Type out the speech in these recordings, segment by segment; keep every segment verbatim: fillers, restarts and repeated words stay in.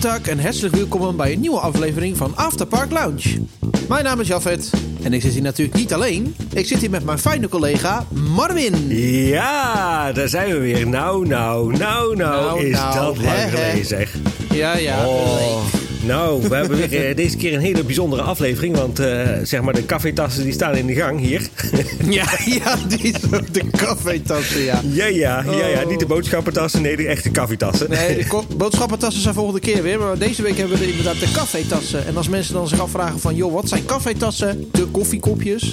Goedendag en hartelijk welkom bij een nieuwe aflevering van Afterpark Lounge. Mijn naam is Jafet en ik zit hier natuurlijk niet alleen. Ik zit hier met mijn fijne collega Marvin. Ja, daar zijn we weer. Nou, nou, nou, nou, nou is nou, dat lang he, geleden zeg. Ja, ja. Oh. Nou, we hebben weer uh, deze keer een hele bijzondere aflevering. Want uh, zeg maar de cafetassen die staan in de gang hier. Ja, ja, die de cafetassen, ja. Ja, ja, ja, ja. Niet de boodschappentassen, nee, de echte cafetassen. Nee, de ko- boodschappentassen zijn volgende keer weer. Maar deze week hebben we inderdaad de cafetassen. En als mensen dan zich afvragen van, joh, wat zijn cafetassen? De koffiekopjes.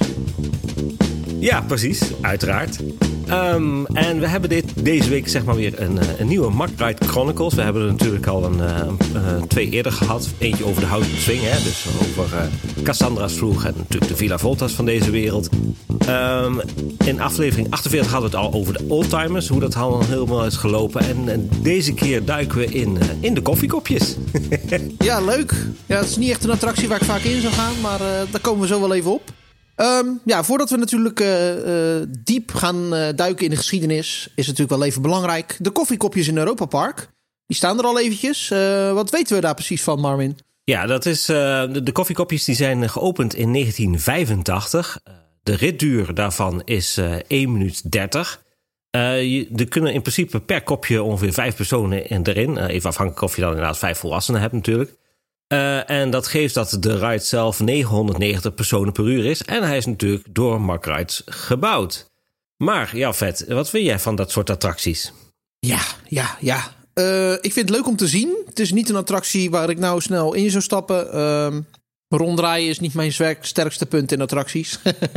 Ja, precies. Uiteraard. Um, en we hebben dit, deze week zeg maar weer een, een nieuwe Mack-Ride Chronicles. We hebben er natuurlijk al een, een, een twee eerder gehad. Eentje over de Houten Swing, hè? Dus over uh, Cassandra's vloeg en natuurlijk de Villa Volta's van deze wereld. Um, in aflevering achtenveertig hadden we het al over de oldtimers. Hoe dat allemaal helemaal is gelopen. En, en deze keer duiken we in, uh, in de koffiekopjes. Ja, leuk. Ja, het is niet echt een attractie waar ik vaak in zou gaan. Maar uh, daar komen we zo wel even op. Um, ja, voordat we natuurlijk uh, uh, diep gaan uh, duiken in de geschiedenis, is het natuurlijk wel even belangrijk. De koffiekopjes in Europa Park, die staan er al eventjes. Uh, wat weten we daar precies van, Marvin? Ja, dat is, uh, de, de koffiekopjes die zijn geopend in negentien vijfentachtig. Uh, de ritduur daarvan is uh, één minuut dertig. Uh, je, er kunnen in principe per kopje ongeveer vijf personen erin. Uh, even afhankelijk of je dan inderdaad vijf volwassenen hebt natuurlijk. Uh, en dat geeft dat de ride zelf negenhonderdnegentig personen per uur is. En hij is natuurlijk door Mack-Rides gebouwd. Maar, ja, vet. Wat vind jij van dat soort attracties? Ja, ja, ja. Uh, ik vind het leuk om te zien. Het is niet een attractie waar ik nou snel in zou stappen. Uh, ronddraaien is niet mijn sterkste punt in attracties.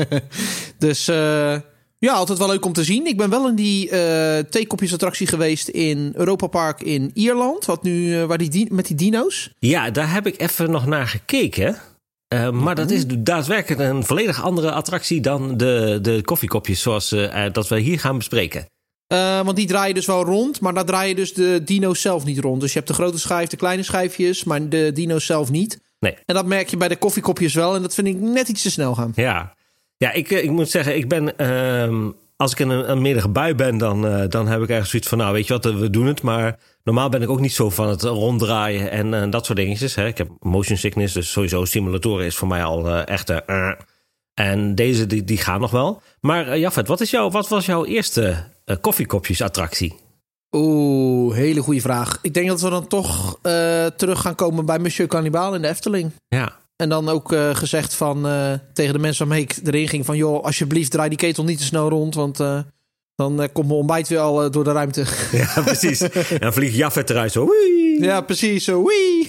Dus uh, ja, altijd wel leuk om te zien. Ik ben wel in die uh, theekopjes attractie geweest in Europa Park in Ierland. Wat nu, uh, waar die di- met die dino's. Ja, daar heb ik even nog naar gekeken. Uh, maar mm-hmm. dat is daadwerkelijk een volledig andere attractie dan de, de koffiekopjes zoals uh, dat we hier gaan bespreken. Uh, want die draaien dus wel rond, maar daar draaien dus de dino's zelf niet rond. Dus je hebt de grote schijf, de kleine schijfjes, maar de dino's zelf niet. Nee. En dat merk je bij de koffiekopjes wel. En dat vind ik net iets te snel gaan. Ja. Ja, ik, ik moet zeggen, ik ben, uh, als ik in een, een middige bui ben, dan, uh, dan heb ik ergens zoiets van, nou, weet je wat, we doen het. Maar normaal ben ik ook niet zo van het ronddraaien en uh, dat soort dingetjes. Hè. Ik heb motion sickness, dus sowieso simulatoren is voor mij al uh, echt... Uh, en deze, die, die gaan nog wel. Maar uh, Jafet, wat, is jouw, wat was jouw eerste uh, koffiekopjes-attractie? Oeh, hele goede vraag. Ik denk dat we dan toch uh, terug gaan komen bij Monsieur Cannibal in de Efteling. Ja. En dan ook uh, gezegd van uh, tegen de mensen waarmee ik erin ging van, joh, alsjeblieft draai die ketel niet te snel rond, want uh, dan uh, komt mijn ontbijt weer al uh, door de ruimte. Ja, precies. En dan vliegt Jafet eruit zo. Wii. Ja, precies. Zo. Wii.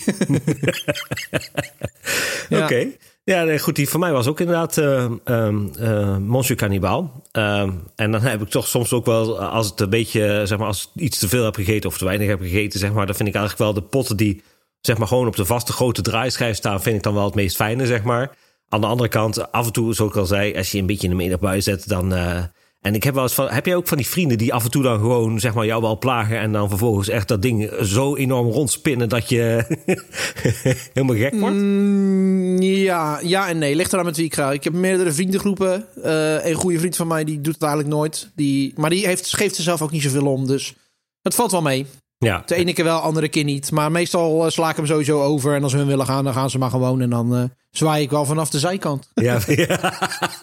Ja. Oké. Okay. Ja, nee, goed. Die voor mij was ook inderdaad uh, um, uh, Monsieur Cannibal. Um, en dan heb ik toch soms ook wel, als het een beetje, zeg maar, als ik iets te veel heb gegeten of te weinig heb gegeten, zeg maar, dan vind ik eigenlijk wel de potten die, zeg maar, gewoon op de vaste grote draaischijf staan, vind ik dan wel het meest fijne, zeg maar. Aan de andere kant, af en toe, zoals ik al zei, als je een beetje in de middagbui zet, dan... Uh, en ik heb wel eens van, heb jij ook van die vrienden die af en toe dan gewoon, zeg maar, jou wel plagen en dan vervolgens echt dat ding zo enorm rondspinnen dat je helemaal gek wordt? Mm, ja, ja en nee. Ligt eraan met wie ik ga. Ik heb meerdere vriendengroepen. Uh, een goede vriend van mij, die doet het eigenlijk nooit. Die, maar die heeft, geeft er zelf ook niet zoveel om, dus het valt wel mee. Ja. De ene keer wel, andere keer niet. Maar meestal uh, sla ik hem sowieso over. En als ze hun willen gaan, dan gaan ze maar gewoon. En dan uh, zwaai ik wel vanaf de zijkant. Ja, ja.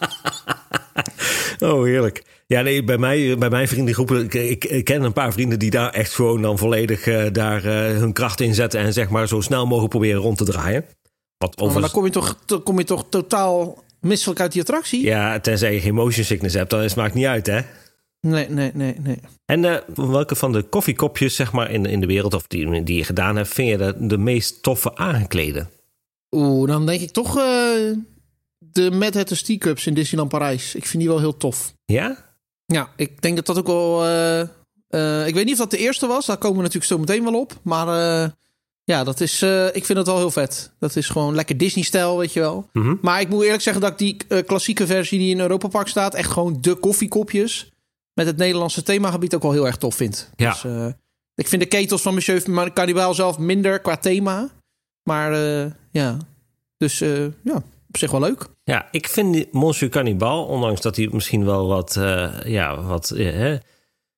Oh, heerlijk. Ja, nee, bij mij, bij mijn vriendengroepen, ik, ik, ik ken een paar vrienden die daar echt gewoon dan volledig uh, daar uh, hun kracht in zetten en zeg maar zo snel mogelijk proberen rond te draaien. Wat over... Maar dan kom je, toch, to, kom je toch totaal misselijk uit die attractie? Ja, tenzij je geen motion sickness hebt, dan is het maakt niet uit, hè? Nee, nee, nee, nee. En uh, welke van de koffiekopjes, zeg maar, in, in de wereld, of die, die je gedaan hebt, vind je de, de meest toffe aangeklede? Oeh, dan denk ik toch uh, de Mad Hatter Teacups in Disneyland Parijs. Ik vind die wel heel tof. Ja? Ja, ik denk dat dat ook wel... Uh, uh, ik weet niet of dat de eerste was. Daar komen we natuurlijk zo meteen wel op. Maar uh, ja, dat is... Uh, ik vind dat wel heel vet. Dat is gewoon lekker Disney-stijl, weet je wel. Mm-hmm. Maar ik moet eerlijk zeggen dat ik die uh, klassieke versie die in Europa Park staat, echt gewoon de koffiekopjes met het Nederlandse themagebied ook wel heel erg tof vind. Ja. Dus uh, ik vind de ketels van Monsieur Cannibal zelf minder qua thema. Maar uh, ja, dus uh, ja, op zich wel leuk. Ja, ik vind Monsieur Cannibal, ondanks dat hij misschien wel wat, uh, ja, wat, uh,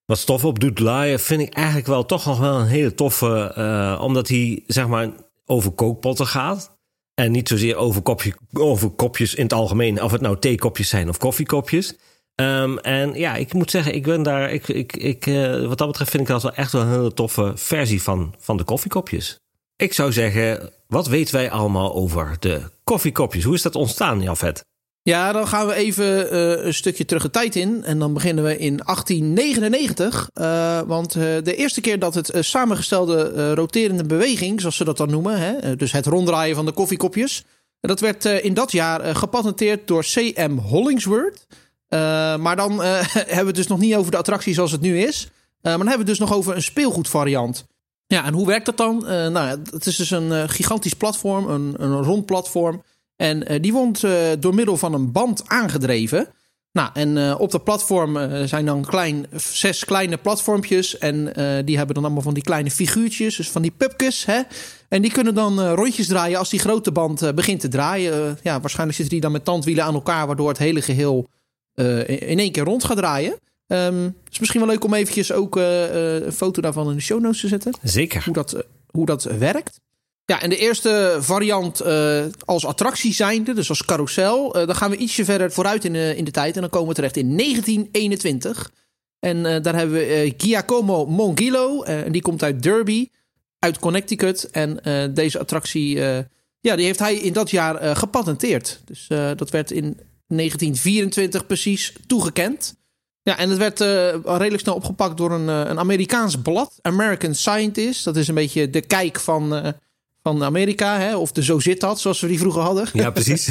wat stof op doet laaien, vind ik eigenlijk wel toch nog wel een hele toffe. Uh, omdat hij, zeg maar, over kookpotten gaat. En niet zozeer over, kopje, over kopjes in het algemeen. Of het nou theekopjes zijn of koffiekopjes. Um, en ja, ik moet zeggen, ik ben daar. Ik, ik, ik, uh, wat dat betreft vind ik dat wel echt wel een hele toffe versie van, van de koffiekopjes. Ik zou zeggen, wat weten wij allemaal over de koffiekopjes? Hoe is dat ontstaan, Jafet? Ja, dan gaan we even uh, een stukje terug de tijd in. En dan beginnen we in achttien negenennegentig. Uh, want uh, de eerste keer dat het uh, samengestelde uh, roterende beweging, zoals ze dat dan noemen, hè, dus het ronddraaien van de koffiekopjes, dat werd uh, in dat jaar uh, gepatenteerd door C M Hollingsworth. Uh, maar dan uh, hebben we het dus nog niet over de attractie zoals het nu is. Uh, maar dan hebben we het dus nog over een speelgoedvariant. Ja, en hoe werkt dat dan? Uh, nou ja, het is dus een uh, gigantisch platform, een, een rond platform. En uh, die wordt uh, door middel van een band aangedreven. Nou, en uh, op dat platform uh, zijn dan klein, zes kleine platformpjes. En uh, die hebben dan allemaal van die kleine figuurtjes, dus van die pupkes. Hè? En die kunnen dan uh, rondjes draaien als die grote band uh, begint te draaien. Uh, ja, waarschijnlijk zitten die dan met tandwielen aan elkaar, waardoor het hele geheel uh, in één keer rond gaat draaien. Um, het is misschien wel leuk om eventjes ook uh, uh, een foto daarvan in de show notes te zetten. Zeker. Hoe dat, uh, hoe dat werkt. Ja, en de eerste variant uh, als attractie zijnde, dus als carousel, uh, dan gaan we ietsje verder vooruit in de, in de tijd. En dan komen we terecht in negentien eenentwintig. En uh, daar hebben we uh, Giacomo Mongillo. Uh, en die komt uit Derby, uit Connecticut. En uh, deze attractie, uh, ja, die heeft hij in dat jaar uh, gepatenteerd. Dus uh, dat werd in negentien vierentwintig precies toegekend. Ja, en het werd uh, redelijk snel opgepakt door een, uh, een Amerikaans blad, American Scientist. Dat is een beetje de kijk van... Uh, van Amerika, hè? Of de Zo Zit Dat, zoals we die vroeger hadden. Ja, precies.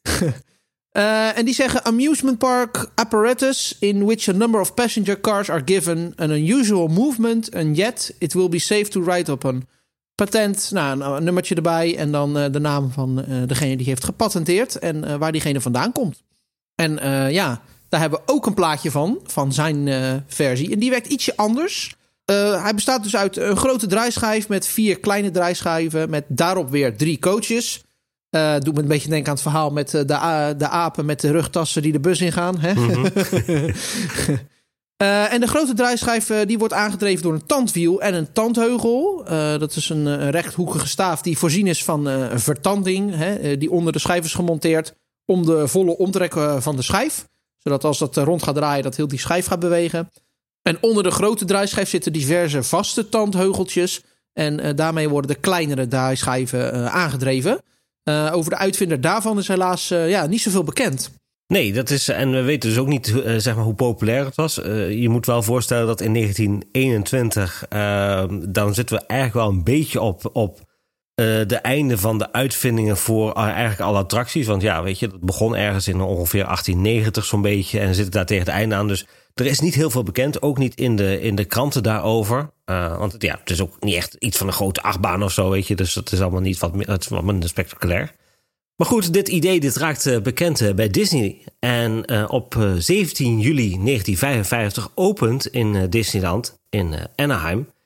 uh, en die zeggen amusement park apparatus in which a number of passenger cars are given an unusual movement and yet it will be safe to ride upon. Patent, nou, een nummertje erbij en dan uh, de naam van uh, degene die heeft gepatenteerd en uh, waar diegene vandaan komt. En uh, ja, daar hebben we ook een plaatje van, van zijn uh, versie. En die werkt ietsje anders. Uh, hij bestaat dus uit een grote draaischijf met vier kleine draaischijven met daarop weer drie coaches. Uh, doet me een beetje denken aan het verhaal met de, de apen met de rugtassen die de bus ingaan. Hè? Mm-hmm. uh, en de grote draaischijf uh, die wordt aangedreven door een tandwiel en een tandheugel. Uh, dat is een, een rechthoekige staaf die voorzien is van uh, een vertanding. Hè, uh, die onder de schijf is gemonteerd om de volle omtrek uh, van de schijf. Zodat als dat uh, rond gaat draaien dat heel die schijf gaat bewegen. En onder de grote draaischijf zitten diverse vaste tandheugeltjes. En uh, daarmee worden de kleinere draaischijven uh, aangedreven. Uh, over de uitvinder daarvan is helaas uh, ja, niet zoveel bekend. Nee, dat is, en we weten dus ook niet uh, zeg maar hoe populair het was. Uh, je moet wel voorstellen dat in negentien eenentwintig... Uh, dan zitten we eigenlijk wel een beetje op, op uh, de einde van de uitvindingen voor uh, eigenlijk alle attracties. Want ja, weet je, dat begon ergens in ongeveer achttien negentig zo'n beetje. En zitten daar tegen het einde aan. Dus er is niet heel veel bekend, ook niet in de, in de kranten daarover. Uh, want ja, het is ook niet echt iets van een grote achtbaan of zo, weet je. Dus dat is allemaal niet wat, het is wat minder spectaculair. Maar goed, dit idee dit raakt uh, bekend uh, bij Disney. En uh, op uh, zeventien juli negentien vijfenvijftig opent in uh, Disneyland in uh, Anaheim uh,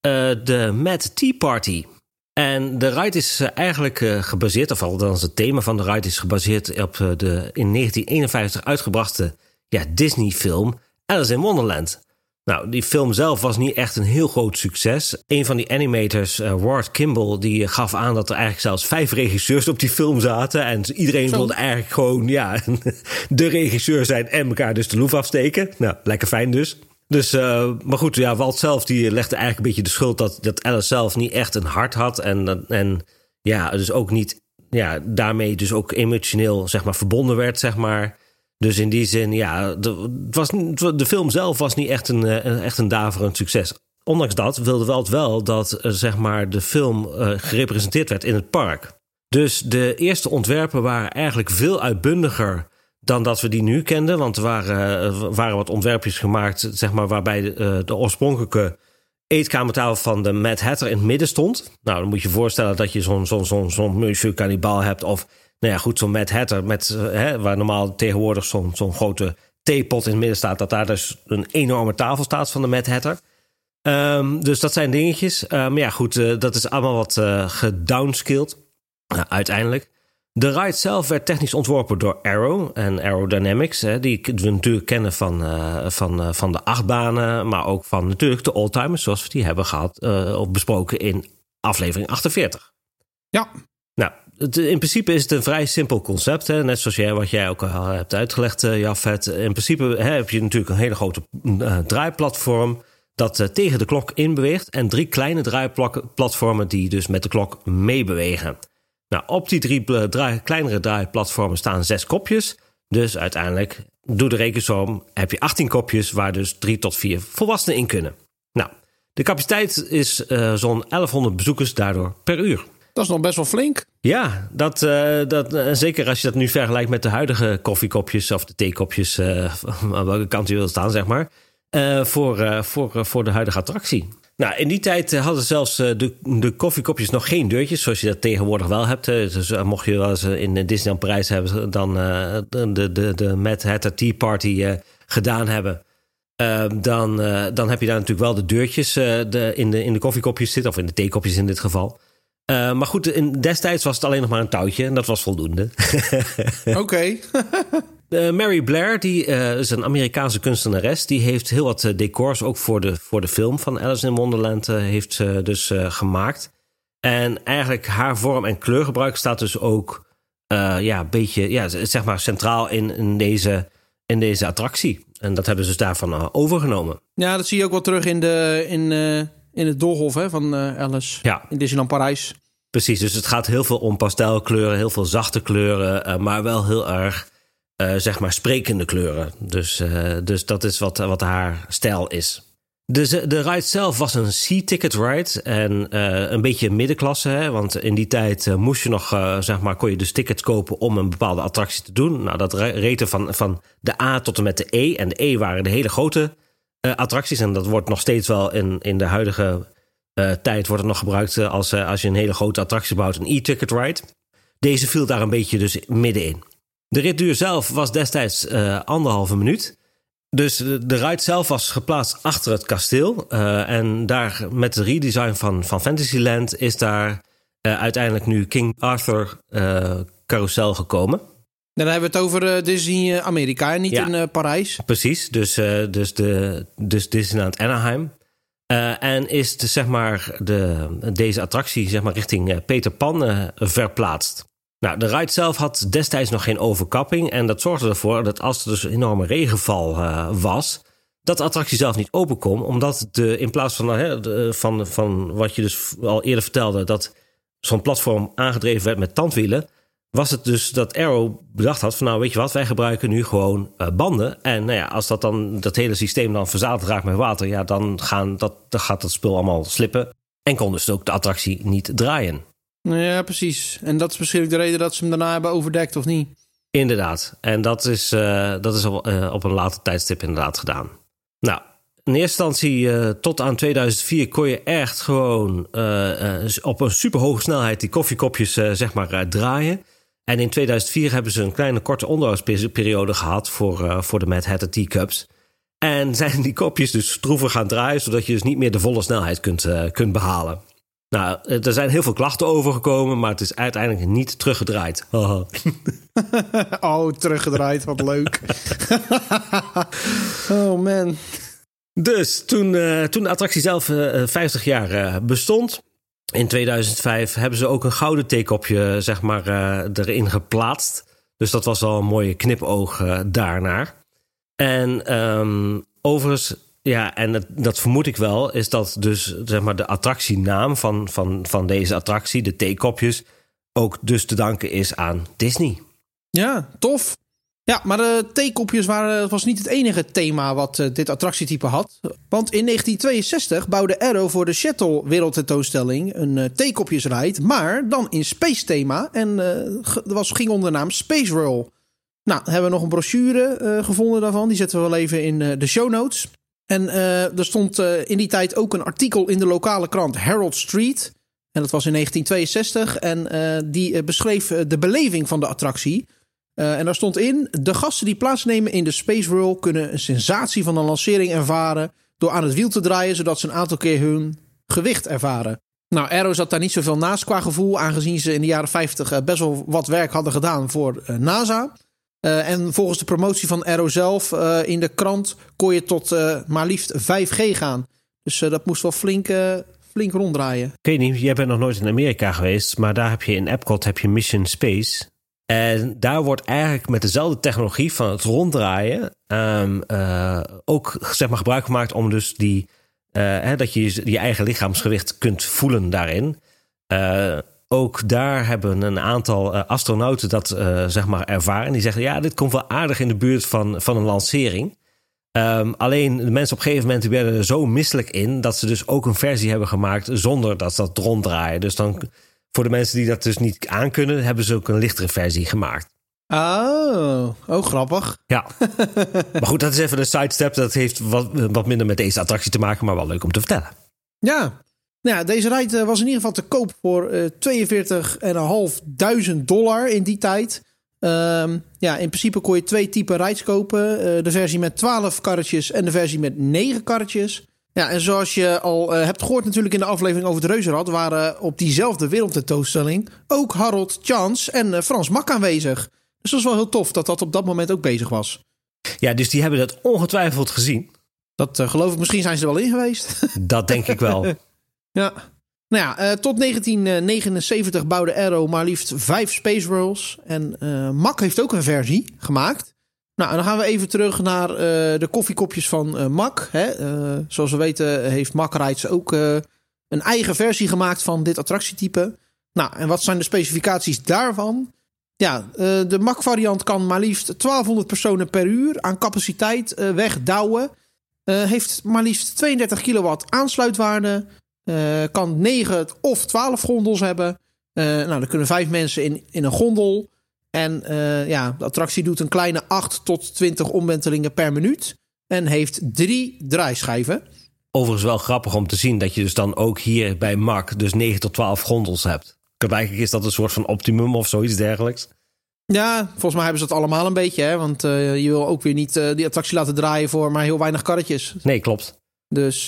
de Mad Tea Party. En de ride is uh, eigenlijk uh, gebaseerd, of althans het thema van de ride is gebaseerd op uh, de in negentien eenenvijftig uitgebrachte ja, Disney-film Alice in Wonderland. Nou, die film zelf was niet echt een heel groot succes. Een van die animators, uh, Ward Kimball, die gaf aan dat er eigenlijk zelfs vijf regisseurs op die film zaten. En iedereen Zo. wilde eigenlijk gewoon ja, de regisseur zijn en elkaar dus de loef afsteken. Nou, lekker fijn dus. Dus, uh, maar goed, ja, Walt zelf die legde eigenlijk een beetje de schuld dat, dat Alice zelf niet echt een hart had. En, en ja, dus ook niet, ja, daarmee dus ook emotioneel, zeg maar, verbonden werd, zeg maar. Dus in die zin, ja, de, het was, de film zelf was niet echt een, echt een daverend succes. Ondanks dat wilde Walt wel dat zeg maar, de film uh, gerepresenteerd werd in het park. Dus de eerste ontwerpen waren eigenlijk veel uitbundiger dan dat we die nu kenden. Want er waren, uh, waren wat ontwerpjes gemaakt zeg maar, waarbij de, uh, de oorspronkelijke eetkamertafel van de Mad Hatter in het midden stond. Nou, dan moet je je voorstellen dat je zo'n, zo'n, zo'n, zo'n Monsieur Cannibal hebt of... Nou ja, goed, zo'n Mad Hatter, met, uh, hè, waar normaal tegenwoordig zo'n, zo'n grote theepot in het midden staat, dat daar dus een enorme tafel staat van de Mad Hatter. Um, dus dat zijn dingetjes. Maar um, ja, goed, uh, dat is allemaal wat uh, gedownscaled, uh, uiteindelijk. De ride zelf werd technisch ontworpen door Arrow en Aerodynamics. Hè, die we natuurlijk kennen van, uh, van, uh, van de achtbanen, maar ook van natuurlijk de oldtimers, zoals we die hebben gehad uh, of besproken in aflevering achtenveertig. Ja. Nou, het, in principe is het een vrij simpel concept. Hè? Net zoals jij, wat jij ook al hebt uitgelegd, uh, Jafet. In principe hè, heb je natuurlijk een hele grote uh, draaiplatform dat uh, tegen de klok inbeweegt. En drie kleine draaiplatformen die dus met de klok meebewegen. Nou, op die drie draai, kleinere draaiplatformen staan zes kopjes. Dus uiteindelijk, doe de rekensom, heb je achttien kopjes waar dus drie tot vier volwassenen in kunnen. Nou, de capaciteit is uh, zo'n elfhonderd bezoekers daardoor per uur. Dat is nog best wel flink. Ja, dat, uh, dat, uh, zeker als je dat nu vergelijkt met de huidige koffiekopjes of de theekopjes, uh, aan welke kant je wil staan, zeg maar, uh, voor, uh, voor, uh, voor de huidige attractie. Nou, in die tijd uh, hadden zelfs uh, de, de koffiekopjes nog geen deurtjes, zoals je dat tegenwoordig wel hebt. Uh, dus uh, mocht je wel eens uh, in Disneyland Parijs hebben, dan uh, de, de, de Mad Hatter Tea Party uh, gedaan hebben. Uh, dan, uh, dan heb je daar natuurlijk wel de deurtjes uh, de, in, de, in de koffiekopjes zitten, of in de theekopjes in dit geval. Uh, maar goed, in, destijds was het alleen nog maar een touwtje en dat was voldoende. Oké. Okay. uh, Mary Blair, die uh, is een Amerikaanse kunstenares. Die heeft heel wat uh, decors ook voor de, voor de film van Alice in Wonderland uh, heeft ze dus uh, gemaakt. En eigenlijk haar vorm en kleurgebruik staat dus ook uh, ja, een beetje ja, zeg maar centraal in, in, deze, in deze attractie. En dat hebben ze dus daarvan uh, overgenomen. Ja, dat zie je ook wel terug in de... In, uh... in het doolhof hè, van uh, Alice ja. in Disneyland Parijs. Precies, dus het gaat heel veel om pastelkleuren, heel veel zachte kleuren, uh, maar wel heel erg, uh, zeg maar, sprekende kleuren. Dus, uh, dus dat is wat, wat haar stijl is. De, de ride zelf was een C-ticket ride en uh, een beetje middenklasse, hè, want in die tijd uh, moest je nog, uh, zeg maar, kon je dus tickets kopen om een bepaalde attractie te doen. Nou, dat reed er van, van de A tot en met de E. En de E waren de hele grote Uh, attracties. En dat wordt nog steeds wel in, in de huidige uh, tijd wordt het nog gebruikt uh, als, uh, als je een hele grote attractie bouwt, een e-ticket ride. Deze viel daar een beetje dus middenin. De ritduur zelf was destijds uh, anderhalve minuut. Dus de, de ride zelf was geplaatst achter het kasteel. Uh, en daar met het redesign van, van Fantasyland is daar uh, uiteindelijk nu King Arthur uh, carousel gekomen. Dan hebben we het over uh, Disney Amerika en niet ja. in uh, Parijs. Precies, dus, uh, dus, de, dus Disneyland Anaheim. Uh, en is de, zeg maar de, deze attractie zeg maar, richting uh, Peter Pan uh, verplaatst. Nou, de ride zelf had destijds nog geen overkapping. En dat zorgde ervoor dat als er dus een enorme regenval uh, was, dat de attractie zelf niet open kon. Omdat de, in plaats van, uh, de, van, van wat je dus al eerder vertelde, dat zo'n platform aangedreven werd met tandwielen, was het dus dat Arrow bedacht had van nou weet je wat, wij gebruiken nu gewoon uh, banden. En nou ja, als dat dan dat hele systeem dan verzadigd raakt met water, ja, dan, gaan dat, dan gaat dat spul allemaal slippen. En kon dus ook de attractie niet draaien. Ja, precies. En dat is misschien de reden dat ze hem daarna hebben overdekt, of niet? Inderdaad. En dat is, uh, dat is op, uh, op een later tijdstip inderdaad gedaan. Nou, in eerste instantie uh, tot aan tweeduizend vier kon je echt gewoon uh, uh, op een superhoge snelheid die koffiekopjes uh, zeg maar uh, draaien. En in tweeduizend vier hebben ze een kleine korte onderhoudsperiode gehad voor, uh, voor de Mad Hatter Teacups. En zijn die kopjes dus stroever gaan draaien, zodat je dus niet meer de volle snelheid kunt, uh, kunt behalen. Nou, er zijn heel veel klachten over gekomen, maar het is uiteindelijk niet teruggedraaid. Oh, teruggedraaid, wat leuk. Oh man. Dus toen, uh, toen de attractie zelf uh, vijftig jaar uh, bestond, in tweeduizend vijf hebben ze ook een gouden theekopje zeg maar, uh, erin geplaatst. Dus dat was al een mooie knipoog uh, daarnaar. En um, overigens, ja, en dat, dat vermoed ik wel, is dat dus zeg maar, de attractienaam van, van, van deze attractie, de theekopjes, ook dus te danken is aan Disney. Ja, tof. Ja, maar de theekopjes waren, was niet het enige thema wat uh, dit attractietype had. Want in negentien tweeënzestig bouwde Arrow voor de Shuttle wereldtentoonstelling een uh, theekopjesride, maar dan in space thema. En uh, ge- was, ging onder de naam Space Whirl. Nou, hebben we nog een brochure uh, gevonden daarvan. Die zetten we wel even in uh, de show notes. En uh, er stond uh, in die tijd ook een artikel in de lokale krant Herald Street. En dat was in negentien tweeënzestig. En uh, die uh, beschreef uh, de beleving van de attractie. Uh, en daar stond in: de gasten die plaatsnemen in de Space Whirl kunnen een sensatie van een lancering ervaren door aan het wiel te draaien, zodat ze een aantal keer hun gewicht ervaren. Nou, Arrow zat daar niet zoveel naast qua gevoel, aangezien ze in de jaren vijftig uh, best wel wat werk hadden gedaan voor uh, NASA. Uh, en volgens de promotie van Arrow zelf uh, in de krant kon je tot uh, maar liefst vijf G gaan. Dus uh, dat moest wel flink, uh, flink ronddraaien. Ik weet niet, jij bent nog nooit in Amerika geweest, maar daar heb je in Epcot heb je Mission Space. En daar wordt eigenlijk met dezelfde technologie van het ronddraaien um, uh, ook zeg maar, gebruik gemaakt om dus die, uh, hè, dat je je eigen lichaamsgewicht kunt voelen daarin. Uh, ook daar hebben een aantal uh, astronauten dat uh, zeg maar ervaren. Die zeggen, ja, dit komt wel aardig in de buurt van, van een lancering. Um, alleen de mensen op een gegeven moment die werden er zo misselijk in dat ze dus ook een versie hebben gemaakt zonder dat ze dat ronddraaien. Dus dan voor de mensen die dat dus niet aankunnen, hebben ze ook een lichtere versie gemaakt. Oh, oh grappig. Ja, maar goed, dat is even een sidestep. Dat heeft wat, wat minder met deze attractie te maken, maar wel leuk om te vertellen. Ja, nou ja, deze ride was in ieder geval te koop voor uh, tweeënveertig vijfhonderd dollar in die tijd. Um, ja, in principe kon je twee typen rides kopen. Uh, de versie met twaalf karretjes en de versie met negen karretjes. Ja, en zoals je al uh, hebt gehoord natuurlijk in de aflevering over het Reuzenrad, waren op diezelfde wereldtentoonstelling ook Harold Chance en uh, Frans Mak aanwezig. Dus dat is wel heel tof dat dat op dat moment ook bezig was. Ja, dus die hebben dat ongetwijfeld gezien. Dat uh, geloof ik, misschien zijn ze er wel in geweest. Dat denk ik wel. Ja. Nou ja, uh, tot negentien negenenzeventig bouwde Arrow maar liefst vijf Space Worlds. En uh, Mak heeft ook een versie gemaakt. Nou, en dan gaan we even terug naar uh, de koffiekopjes van uh, Mak. Hè. Uh, zoals we weten heeft Mak Rides ook uh, een eigen versie gemaakt van dit attractietype. Nou, en wat zijn de specificaties daarvan? Ja, uh, de Mak variant kan maar liefst twaalfhonderd personen per uur aan capaciteit uh, wegdouwen. Uh, heeft maar liefst tweeëndertig kilowatt aansluitwaarde. Uh, kan negen of twaalf gondels hebben. Uh, nou, dan kunnen vijf mensen in, in een gondel. En uh, ja, de attractie doet een kleine acht tot twintig omwentelingen per minuut. En heeft drie draaischijven. Overigens wel grappig om te zien dat je dus dan ook hier bij Mak dus negen tot twaalf gondels hebt. Eigenlijk is dat een soort van optimum of zoiets dergelijks. Ja, volgens mij hebben ze dat allemaal een beetje. Hè? Want uh, je wil ook weer niet uh, die attractie laten draaien voor maar heel weinig karretjes. Nee, klopt. Dus...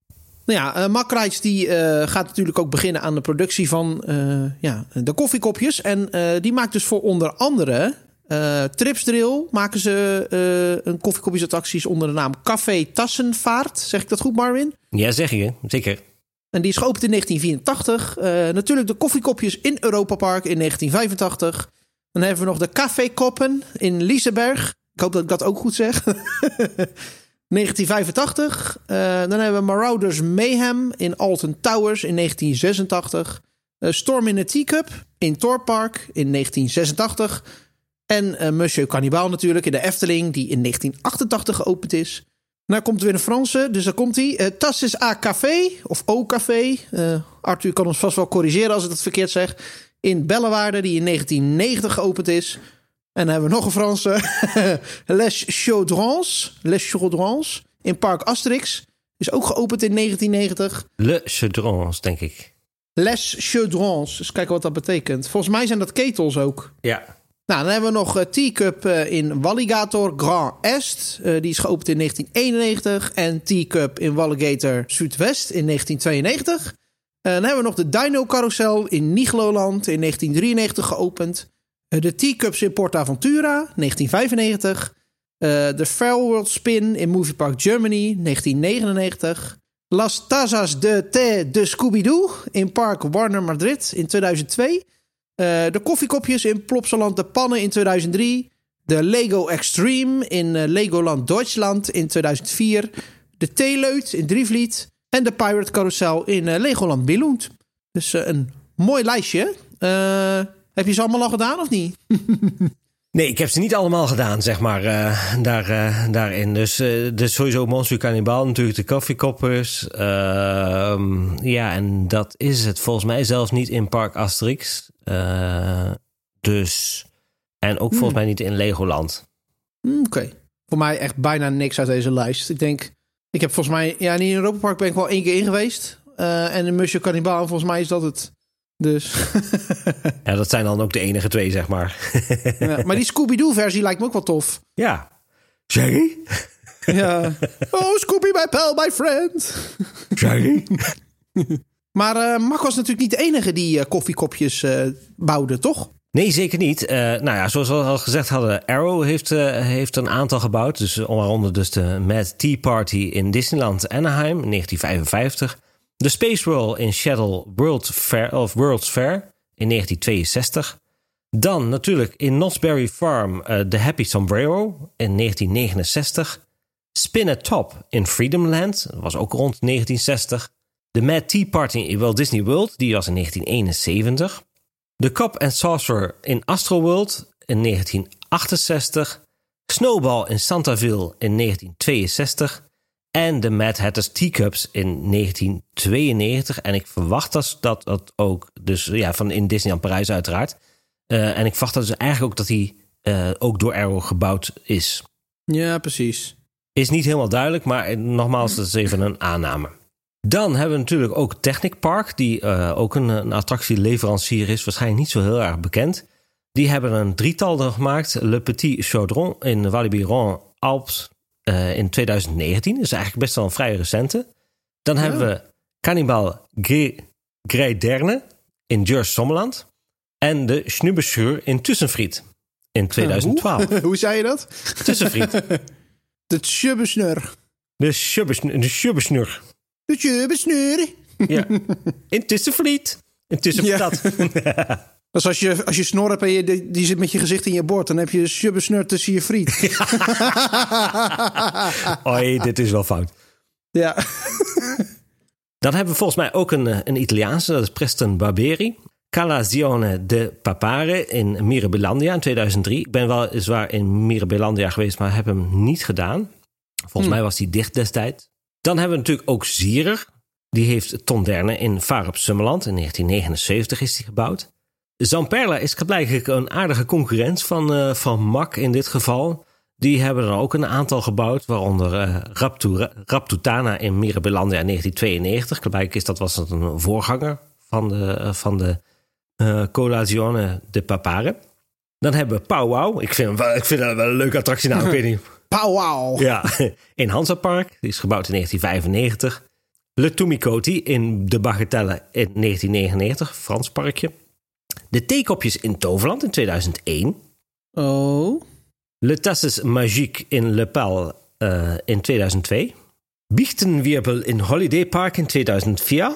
Nou ja, uh, Mak Rides die uh, gaat natuurlijk ook beginnen aan de productie van uh, ja, de koffiekopjes. En uh, die maakt dus voor onder andere uh, Tripsdrill maken ze uh, een koffiekopjesattracties onder de naam Café Tassenvaart. Zeg ik dat goed, Marvin? Ja, zeg je. Zeker. En die is geopend in negentien vierentachtig. Uh, natuurlijk de koffiekopjes in Europa Park in negentien vijfentachtig. Dan hebben we nog de Café Koppen in Liseberg. Ik hoop dat ik dat ook goed zeg. negentien vijfentachtig. Uh, dan hebben we Marauders Mayhem in Alton Towers in negentien zesentachtig. Uh, Storm in the Teacup in Thorpe Park in negentien zesentachtig. En uh, Monsieur Cannibal natuurlijk in de Efteling, die in negentien achtentachtig geopend is. Nou komt er weer een Franse, dus daar komt hij. Uh, Tasses à Café, of Au Café. Uh, Arthur kan ons vast wel corrigeren als ik dat verkeerd zeg. In Bellewaarde, die in negentien negentig geopend is. En dan hebben we nog een Franse. Les Chaudrons. Les Chaudrons. In Park Asterix. Is ook geopend in negentien negentig. Le Chaudrons, denk ik. Les Chaudrons. Dus kijken wat dat betekent. Volgens mij zijn dat ketels ook. Ja. Nou, dan hebben we nog uh, Teacup uh, in Walligator Grand Est. Uh, die is geopend in negentien eenennegentig. En Teacup in Walligator Zuidwest in negentien tweeënnegentig. Uh, dan hebben we nog de Dino Carousel in Nigloland in negentien drieënnegentig geopend. De Teacups in PortAventura, negentien vijfennegentig. Uh, de Fairworld Spin in Movie Park Germany, negentien negenennegentig. Las Tazas de Té de Scooby-Doo in Park Warner Madrid in tweeduizend twee. Uh, de koffiekopjes in Plopsaland de Pannen in tweeduizend drie. De Lego Extreme in uh, Legoland Duitsland in tweeduizend vier. De Theeleut in Drievliet. En de Pirate Carousel in uh, Legoland Billund. Dus uh, een mooi lijstje. Uh, Heb je ze allemaal al gedaan of niet? Nee, ik heb ze niet allemaal gedaan, zeg maar, uh, daar, uh, daarin. Dus, uh, dus sowieso Monsieur Cannibal, natuurlijk de koffiekoppers. Uh, ja, en dat is het volgens mij zelfs niet in Park Asterix. Uh, dus, en ook volgens hmm. mij niet in Legoland. Oké. Okay. Voor mij echt bijna niks uit deze lijst. Ik denk, ik heb volgens mij, ja, in Europa Park ben ik wel één keer in geweest. Uh, en in Monsieur Cannibal, volgens mij is dat het. Dus. Ja, dat zijn dan ook de enige twee, zeg maar. Ja, maar die Scooby-Doo versie lijkt me ook wel tof. Ja. Shaggy? Ja. Oh, Scooby, my pal, my friend. Shaggy? Maar uh, Mack was natuurlijk niet de enige die uh, koffiekopjes uh, bouwde, toch? Nee, zeker niet. Uh, nou ja, zoals we al gezegd hadden, Arrow heeft, uh, heeft een aantal gebouwd. Dus waaronder dus de Mad Tea Party in Disneyland Anaheim in negentien vijfenvijftig. De Space Roll in Seattle World Fair, of World's Fair in negentien tweeënzestig. Dan natuurlijk in Knott's Berry Farm uh, de Happy Sombrero in negentien negenenzestig. Spin a Top in Freedomland, dat was ook rond negentien zestig. De Mad Tea Party in Walt Disney World, die was in negentien eenenzeventig. De Cup and Saucer in Astroworld in negentien achtenzestig. Snowball in Santaville in negentien tweeënzestig. En de Mad Hatter's Teacups in negentien tweeënnegentig. En ik verwacht dat dat, dat ook, dus ja, van in Disneyland Parijs uiteraard. Uh, en ik verwacht dat dus eigenlijk ook dat hij uh, ook door Arrow gebouwd is. Ja, precies. Is niet helemaal duidelijk, maar nogmaals, dat is even een aanname. Dan hebben we natuurlijk ook Technic Park, die uh, ook een, een attractieleverancier is. Waarschijnlijk niet zo heel erg bekend. Die hebben een drietal gemaakt. Le Petit Chaudron in Walibi Alps uh, in twintig negentien. Dat is eigenlijk best wel een vrij recente. Dan ja. hebben we Cannibal Grayderne in Jurs Sommerland. En de Schnubbeschuur in Tussenfried in twintig twaalf. Hoe? Hoe zei je dat? Tussenfried. De Schnubbesnur. De Schnubbesnur. De Schnubbesnur. De Schnubbesnur. Ja. In Tussenfried. In Tussenfried. Ja. Dat is als je, als je snor hebt en je, die, die zit met je gezicht in je bord. Dan heb je Schnubbesnur tussen je friet. Oei, dit is wel fout. Ja. Dan hebben we volgens mij ook een, een Italiaanse. Dat is Preston Barberi. Calazione de Papare in Mirabilandia in tweeduizend drie. Ik ben wel zwaar in Mirabilandia geweest, maar heb hem niet gedaan. Volgens hm. mij was die dicht destijds. Dan hebben we natuurlijk ook Zierer. Die heeft Tonderne in Vaar op Summerland. In negentien negenenzeventig is die gebouwd. Zamperla is blijkbaar een aardige concurrent van, uh, van Mack in dit geval. Die hebben er ook een aantal gebouwd, waaronder uh, Raptura, Raptutana in Mirabilandia in negentien tweeënnegentig. Blijkbaar is dat was een voorganger van de, uh, van de uh, Colazione de Papare. Dan hebben we Powwow. Ik vind, wel, ik vind dat wel een leuke attractienaam, ik weet niet. Powwow. Ja, in Hansa Park. Die is gebouwd in negentien vijfennegentig. Le Tumicoti in de Bagatelle in negentien negenennegentig. Frans parkje. De Theekopjes in Toverland in tweeduizend één. Oh. Le Tasses Magique in Le Pal uh, in tweeduizend twee. Biechtenwirbel in Holiday Park in tweeduizend vier.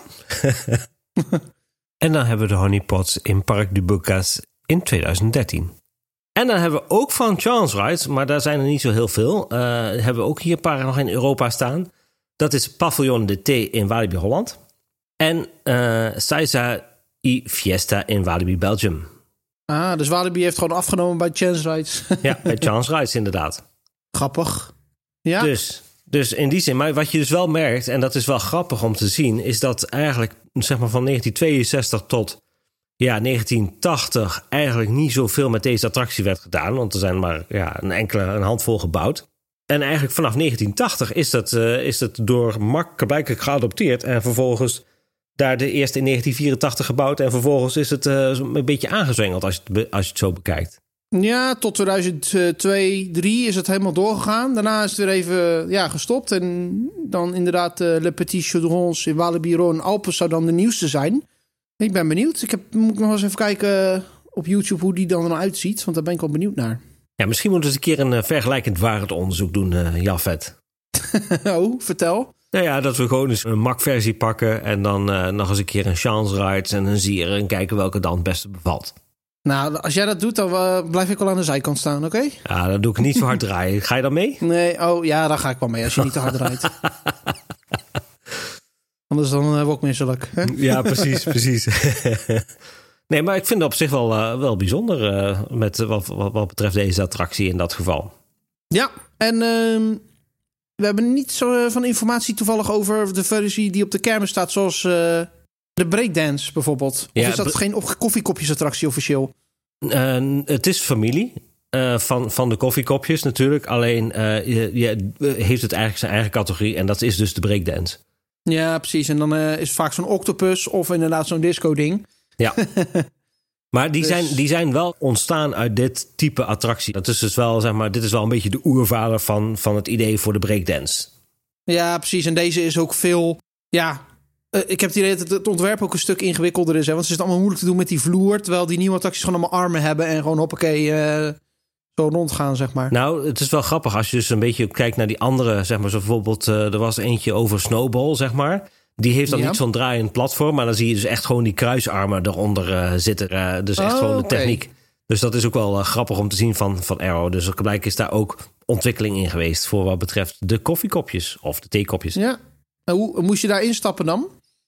En dan hebben we de Honeypots in Parc du Bocas in tweeduizend dertien. En dan hebben we ook van Chance Rides, maar daar zijn er niet zo heel veel. Uh, hebben we ook hier een paar nog in Europa staan. Dat is Pavillon de T in Walibi Holland. En uh, Saisa y Fiesta in Walibi Belgium. Ah, dus Walibi heeft gewoon afgenomen bij Chance Rides. Ja, bij Chance Rides inderdaad. Grappig. Ja. Dus, dus in die zin, maar wat je dus wel merkt, en dat is wel grappig om te zien, is dat eigenlijk zeg maar van negentien tweeënzestig tot ja, negentien tachtig eigenlijk niet zoveel met deze attractie werd gedaan. Want er zijn maar ja, een enkele, een handvol gebouwd. En eigenlijk vanaf negentien tachtig is dat, uh, is dat door Mack blijkbaar geadopteerd. En vervolgens daar de eerste in negentien vierentachtig gebouwd. En vervolgens is het uh, een beetje aangezwengeld als je, het, als je het zo bekijkt. Ja, tot tweeduizend twee, drie is het helemaal doorgegaan. Daarna is het weer even ja, gestopt. En dan inderdaad uh, Le Petit Chaudrons in Walibi Rhône Alpes zou dan de nieuwste zijn. Ik ben benieuwd. Ik heb, moet nog eens even kijken op YouTube hoe die dan er uitziet. Want daar ben ik wel benieuwd naar. Ja, misschien moeten we eens een keer een uh, vergelijkend waarheidsonderzoek doen, uh, Jafet. Oh, vertel. Nou ja, dat we gewoon eens een Mack-versie pakken en dan uh, nog eens een keer een Chance Rides en een Zier en kijken welke dan het beste bevalt. Nou, als jij dat doet, dan uh, blijf ik wel aan de zijkant staan, oké? Okay? Ja, dan doe ik niet zo hard draaien. Ga je dan mee? Nee, oh ja, daar ga ik wel mee als je niet te hard draait. Anders dan uh, word ik misselijk. Hè? Ja, precies, precies. Nee, maar ik vind het op zich wel, uh, wel bijzonder uh, met, uh, wat, wat, wat betreft deze attractie in dat geval. Ja, en uh, we hebben niet zo van informatie toevallig over de versie die op de kermis staat, zoals uh, de breakdance bijvoorbeeld. Of ja, is dat b- geen koffiekopjesattractie officieel? Uh, het is familie uh, van, van de koffiekopjes natuurlijk. Alleen uh, je, je heeft het eigenlijk zijn eigen categorie en dat is dus de breakdance. Ja, precies. En dan uh, is het vaak zo'n octopus of inderdaad zo'n disco-ding. Ja. Maar die, dus... zijn, die zijn wel ontstaan uit dit type attractie. Dat is dus wel, zeg maar, dit is wel een beetje de oervader van, van het idee voor de breakdance. Ja, precies. En deze is ook veel, ja, Uh, ik heb het idee dat het ontwerp ook een stuk ingewikkelder is. Hè? Want ze is het allemaal moeilijk te doen met die vloer. Terwijl die nieuwe attracties gewoon allemaal armen hebben. En gewoon hoppakee uh, zo rondgaan, zeg maar. Nou, het is wel grappig als je dus een beetje kijkt naar die andere. Zeg maar, zo bijvoorbeeld, uh, er was eentje over Snowball, zeg maar. Die heeft dan ja. niet zo'n draaiend platform. Maar dan zie je dus echt gewoon die kruisarmen eronder uh, zitten. Uh, dus echt oh, gewoon de okay. techniek. Dus dat is ook wel uh, grappig om te zien van, van Arrow. Dus blijkbaar is daar ook ontwikkeling in geweest. Voor wat betreft de koffiekopjes of de theekopjes. Ja. En hoe moest je daar instappen dan?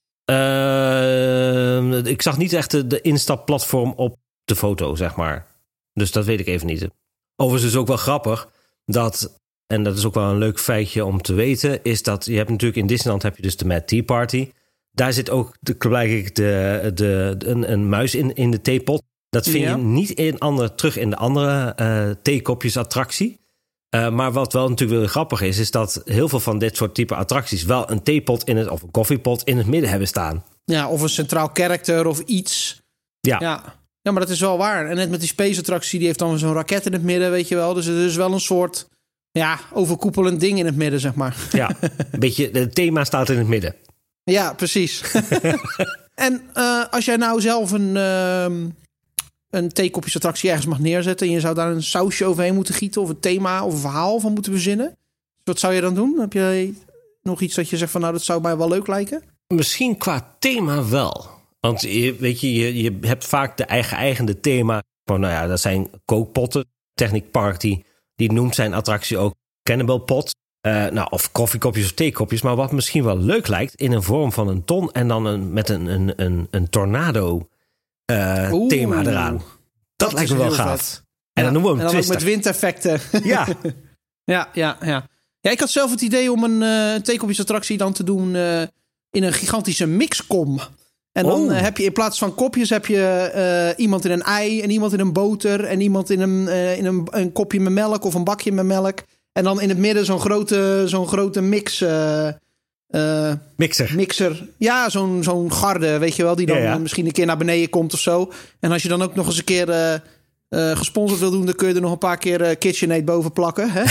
Uh, ik zag niet echt de, de instapplatform op de foto, zeg maar. Dus dat weet ik even niet. Overigens is het ook wel grappig dat, en dat is ook wel een leuk feitje om te weten, is dat je hebt natuurlijk in Disneyland heb je dus de Mad Tea Party. Daar zit ook de, blijkbaar de, de, de, een, een muis in, in de theepot. Dat vind ja. je niet in andere, terug in de andere uh, theekopjes attractie. Uh, maar wat wel natuurlijk wel grappig is, is dat heel veel van dit soort type attracties wel een theepot in het, of een koffiepot in het midden hebben staan. Ja, of een centraal karakter of iets. Ja. ja. Ja, maar dat is wel waar. En net met die space attractie, die heeft dan zo'n raket in het midden, weet je wel. Dus het is wel een soort, ja, overkoepelend ding in het midden, zeg maar. Ja, een beetje, het thema staat in het midden. Ja, precies. En uh, als jij nou zelf een... Uh, een theekopjesattractie ergens mag neerzetten en je zou daar een sausje overheen moeten gieten of een thema of een verhaal van moeten verzinnen. Wat zou je dan doen? Heb je nog iets dat je zegt van nou, dat zou mij wel leuk lijken? Misschien qua thema wel. Want je, weet je, je, je hebt vaak de eigen eigene thema. Nou ja, dat zijn kookpotten. Technic Party, die noemt zijn attractie ook Cannibal Pot. Uh, nou, of koffiekopjes of theekopjes. Maar wat misschien wel leuk lijkt, in een vorm van een ton en dan een, met een, een, een, een tornado Uh, thema eraan. Dat, dat lijkt me wel gaaf. Vet. En ja, dan noemen we hem en dan Twister. Ook met windeffecten. Ja. ja, ja, ja. Ja, ik had zelf het idee om een uh, theekopjesattractie dan te doen uh, in een gigantische mixkom. En dan uh, heb je in plaats van kopjes heb je uh, iemand in een ei en iemand in een boter en iemand in een, uh, in een, een kopje met melk of een bakje met melk. En dan in het midden zo'n grote, zo'n grote mix. Uh, Uh, mixer. Mixer. Ja, zo'n, zo'n garde, weet je wel, die dan ja, ja. misschien een keer naar beneden komt of zo. En als je dan ook nog eens een keer uh, uh, gesponsord wil doen, dan kun je er nog een paar keer uh, KitchenAid boven plakken. Hè?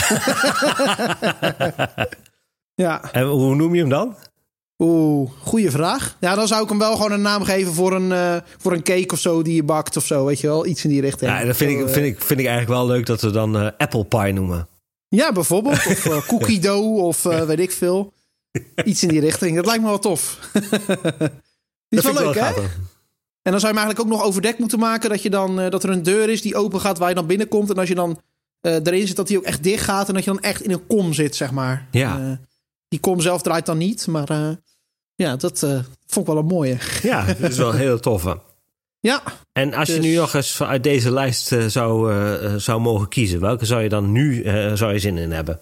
Ja. En hoe noem je hem dan? Oeh, goeie vraag. Ja, dan zou ik hem wel gewoon een naam geven voor een, uh, voor een cake of zo die je bakt of zo, weet je wel. Iets in die richting. Ja, dat vind, zo, ik, vind, ik, vind ik eigenlijk wel leuk dat we dan uh, apple pie noemen. Ja, bijvoorbeeld. Of uh, cookie dough of uh, weet ik veel. Iets in die richting. Dat lijkt me wel tof. Die is wel leuk, wel hè? Gaten. En dan zou je hem eigenlijk ook nog overdekt moeten maken. Dat, je dan, uh, dat er een deur is die open gaat waar je dan binnenkomt. En als je dan uh, erin zit, dat die ook echt dicht gaat. En dat je dan echt in een kom zit, zeg maar. Ja. Uh, die kom zelf draait dan niet. Maar uh, ja, dat uh, vond ik wel een mooie. Ja, dat is wel heel tof. Hè? Ja. En als dus... je nu nog eens uit deze lijst uh, zou, uh, zou mogen kiezen. Welke zou je dan nu uh, zou je zin in hebben?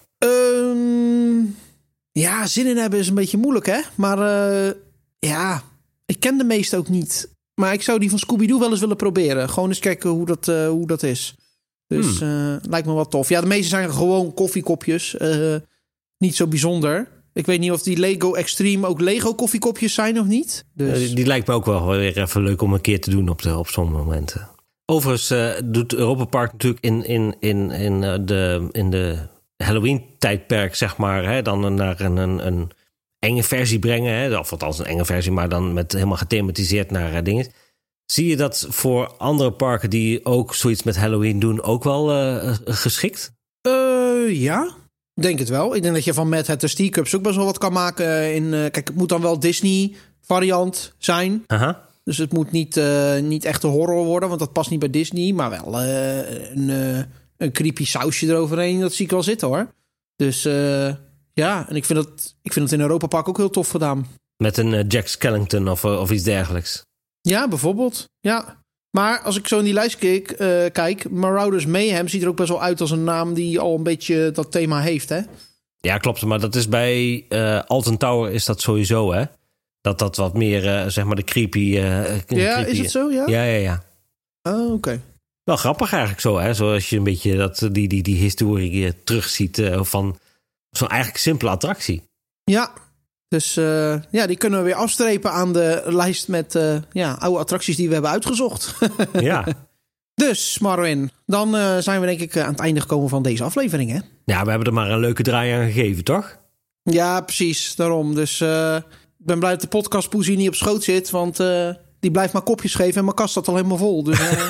Um... Ja, zin in hebben is een beetje moeilijk, hè? Maar uh, ja, ik ken de meeste ook niet. Maar ik zou die van Scooby-Doo wel eens willen proberen. Gewoon eens kijken hoe dat, uh, hoe dat is. Dus hmm. uh, lijkt me wel tof. Ja, de meeste zijn gewoon koffiekopjes. Uh, niet zo bijzonder. Ik weet niet of die Lego Extreme ook Lego koffiekopjes zijn of niet. Dus... Uh, die, die lijkt me ook wel weer even leuk om een keer te doen op, de, op zo'n momenten. Overigens uh, doet Europa Park natuurlijk in, in, in, in, uh, de, in de Halloween-tijdperk, zeg maar, hè, dan naar een, een, een enge versie brengen. Hè, of althans een enge versie, maar dan met helemaal gethematiseerd naar uh, dingen. Zie je dat voor andere parken die ook zoiets met Halloween doen ook wel uh, geschikt? Uh, ja, denk het wel. Ik denk dat je van Mad Hatter Teacups ook best wel wat kan maken. In, uh, kijk, het moet dan wel Disney variant zijn. Aha. Dus het moet niet, uh, niet echt een horror worden, want dat past niet bij Disney. Maar wel uh, een, uh, een creepy sausje eroverheen, dat zie ik wel zitten hoor. Dus uh, ja, en ik vind, dat, ik vind het in Europa Park ook heel tof gedaan. Met een uh, Jack Skellington of, uh, of iets dergelijks. Ja, bijvoorbeeld. Ja. Maar als ik zo in die lijst kijk, uh, kijk, Marauders Mayhem ziet er ook best wel uit als een naam die al een beetje dat thema heeft, hè? Ja, klopt. Maar dat is bij uh, Alton Tower is dat sowieso, hè? Dat dat wat meer, uh, zeg maar, de creepy... Uh, ja, creepy, is het zo, ja? Ja, ja, ja. Oh, oké. Okay. Wel grappig eigenlijk zo, hè? Zoals je een beetje dat, die, die, die historie terugziet uh, van zo'n eigenlijk simpele attractie. Ja, dus uh, ja, die kunnen we weer afstrepen aan de lijst met uh, ja, oude attracties die we hebben uitgezocht. Ja. Dus, Marwin, dan uh, zijn we denk ik aan het einde gekomen van deze aflevering, hè? Ja, we hebben er maar een leuke draai aan gegeven, toch? Ja, precies. Daarom. Dus uh, Ik ben blij dat de podcastpoesie niet op schoot zit, want uh, die blijft maar kopjes geven en mijn kast staat al helemaal vol. Dus, uh...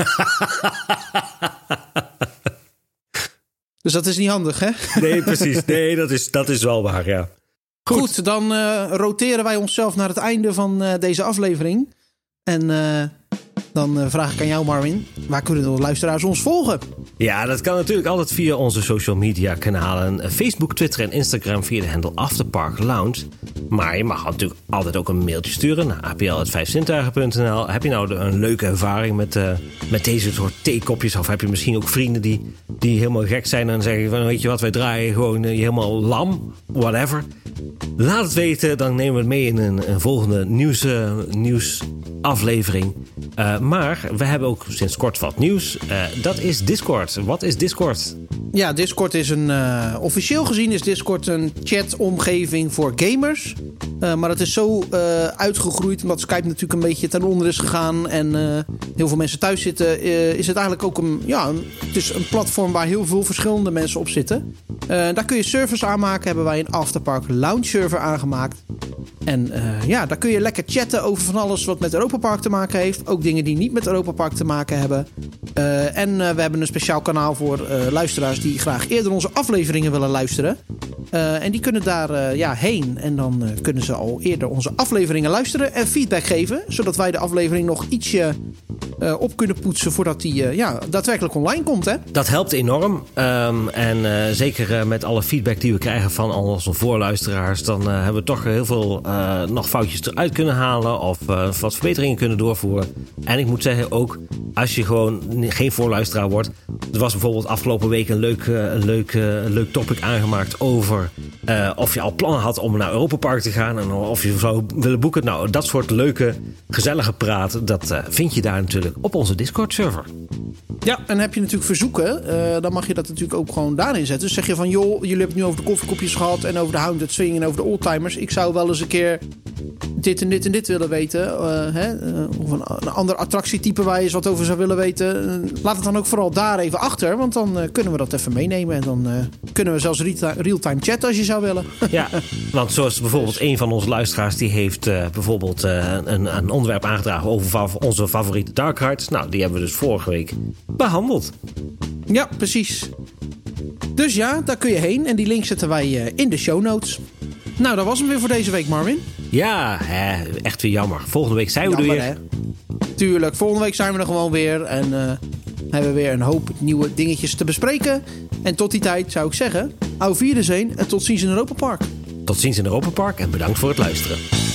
dus dat is niet handig, hè? Nee, precies. Nee, dat is, dat is wel waar, ja. Goed, Goed dan uh, roteren wij onszelf naar het einde van uh, deze aflevering. En uh, dan uh, vraag ik aan jou, Marvin, waar kunnen de luisteraars ons volgen? Ja, dat kan natuurlijk altijd via onze social media kanalen. Facebook, Twitter en Instagram via de handle Afterpark Lounge. Maar je mag natuurlijk altijd ook een mailtje sturen naar a p l apenstaartje vijf zintuigen punt n l. Heb je nou een leuke ervaring met, uh, met deze soort theekopjes? Of heb je misschien ook vrienden die, die helemaal gek zijn en zeggen van, weet je wat, wij draaien gewoon uh, helemaal lam, whatever. Laat het weten, dan nemen we het mee in een, een volgende nieuws, uh, nieuwsaflevering. Uh, maar we hebben ook sinds kort wat nieuws. Uh, dat is Discord. Wat is Discord? Ja, Discord is een... Uh, officieel gezien is Discord een chatomgeving voor gamers. Uh, maar het is zo uh, uitgegroeid, omdat Skype natuurlijk een beetje ten onder is gegaan en uh, heel veel mensen thuis zitten, uh, is het eigenlijk ook een, ja, een, het is een platform waar heel veel verschillende mensen op zitten. Uh, daar kun je servers aanmaken. Hebben wij een Afterpark Lounge server aangemaakt. En uh, ja, daar kun je lekker chatten over van alles wat met Europa Park te maken heeft. Ook dingen die niet met Europa Park te maken hebben. Uh, en uh, we hebben een speciaal kanaal voor uh, luisteraars die graag eerder onze afleveringen willen luisteren. Uh, en die kunnen daar uh, ja, heen. En dan uh, kunnen ze al eerder onze afleveringen luisteren en feedback geven. Zodat wij de aflevering nog ietsje uh, op kunnen poetsen voordat die uh, ja, daadwerkelijk online komt. Hè? Dat helpt enorm. Um, en uh, zeker uh, met alle feedback die we krijgen van al onze voorluisteraars, dan uh, hebben we toch heel veel uh, nog foutjes eruit kunnen halen of uh, wat verbeteringen kunnen doorvoeren. En ik moet zeggen ook, als je gewoon geen voorluisteraar wordt. Er was bijvoorbeeld afgelopen week een leuk, uh, een leuk, uh, een leuk topic aangemaakt over uh, of je al plannen had om naar Europa Park te gaan en of je zou willen boeken. Nou, dat soort leuke, gezellige praat, dat uh, vind je daar natuurlijk op onze Discord-server. Ja, en heb je natuurlijk verzoeken, uh, dan mag je dat natuurlijk ook gewoon daarin zetten. Dus zeg je van, joh, jullie hebben het nu over de koffiekopjes gehad en over de Haunted Swing en over de oldtimers. Ik zou wel eens een keer dit en dit en dit willen weten. Uh, hè? Uh, of een, een ander attractietype waar je eens wat over zou willen weten. Uh, laat het dan ook vooral daar even achter, want dan uh, kunnen we dat even meenemen. En dan uh, kunnen we zelfs real-time chatten als je zou willen. Ja, want zoals bijvoorbeeld een van onze luisteraars, die heeft uh, bijvoorbeeld uh, een, een onderwerp aangedragen over onze favoriete dark rides. Nou, die hebben we dus vorige week behandeld. Ja, precies. Dus ja, daar kun je heen. En die link zetten wij uh, in de show notes. Nou, dat was hem weer voor deze week, Marvin. Ja, hè, echt weer jammer. Volgende week zijn we jammer, er weer. Hè? Tuurlijk, volgende week zijn we er gewoon weer. En uh, hebben we weer een hoop nieuwe dingetjes te bespreken. En tot die tijd zou ik zeggen, au Wiedersehen en tot ziens in Europa Park. Tot ziens in Europa Park en bedankt voor het luisteren.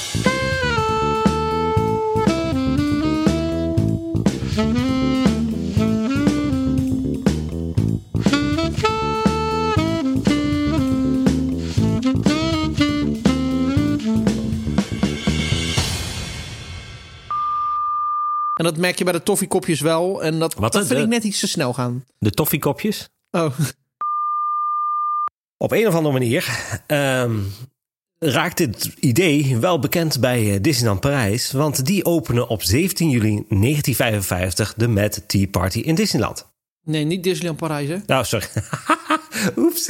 En dat merk je bij de toffiekopjes wel. En dat, Wat, dat vind de, ik net iets te snel gaan. De toffiekopjes? Oh. Op een of andere manier um, raakt dit idee wel bekend bij Disneyland Parijs. Want die openen op zeventien juli negentien vijfenvijftig de Mad Tea Party in Disneyland. Nee, niet Disneyland Parijs, hè? Nou, sorry. Oeps.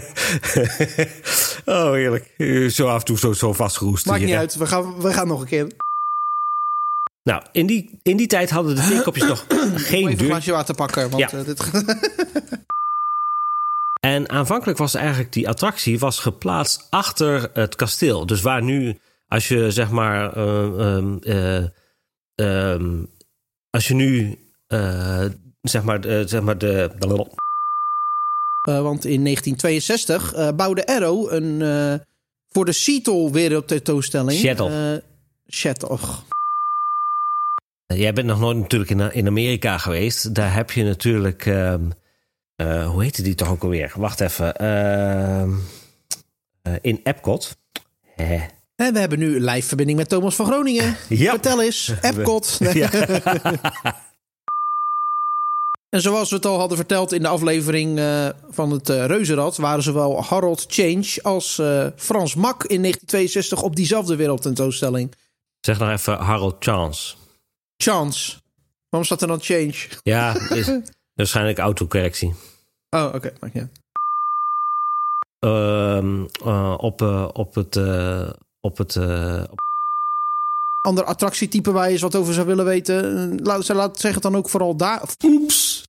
Oh, heerlijk. Zo af en toe zo, zo vastgeroest. Maakt hier, niet hè? uit. We gaan, we gaan nog een keer. Nou, in die, in die tijd hadden de theekopjes nog geen Even deur. een glaasje water pakken. Want, Ja. uh, dit... En aanvankelijk was eigenlijk die attractie was geplaatst achter het kasteel. Dus waar nu, als je zeg maar, uh, uh, uh, uh, als je nu, uh, zeg maar, uh, zeg maar de... Uh, want in negentien tweeënzestig uh, bouwde Arrow een uh, voor de Seattle wereldtentoonstelling. Seattle. Uh, Seattle. Och. Jij bent nog nooit natuurlijk in, in Amerika geweest. Daar heb je natuurlijk... Uh, uh, hoe heette die toch ook alweer? Wacht even. Uh, uh, in Epcot. Eh. En we hebben nu een live verbinding met Thomas van Groningen. Ja. Vertel eens, Epcot. Ja. En zoals we het al hadden verteld in de aflevering uh, van het uh, Reuzenrad, waren zowel Harold Change als uh, Frans Mak in negentien tweeënzestig op diezelfde wereldtentoonstelling. Zeg nog even Harold Chance. Chance. Waarom staat er dan Change? Ja, is waarschijnlijk autocorrectie. Oh, oké. Okay. Ja. Uh, uh, op, uh, op het... Uh, op het uh, op ander attractietype waar je eens wat over zou willen weten, laat, laat zeg het dan ook vooral daar. Oeps.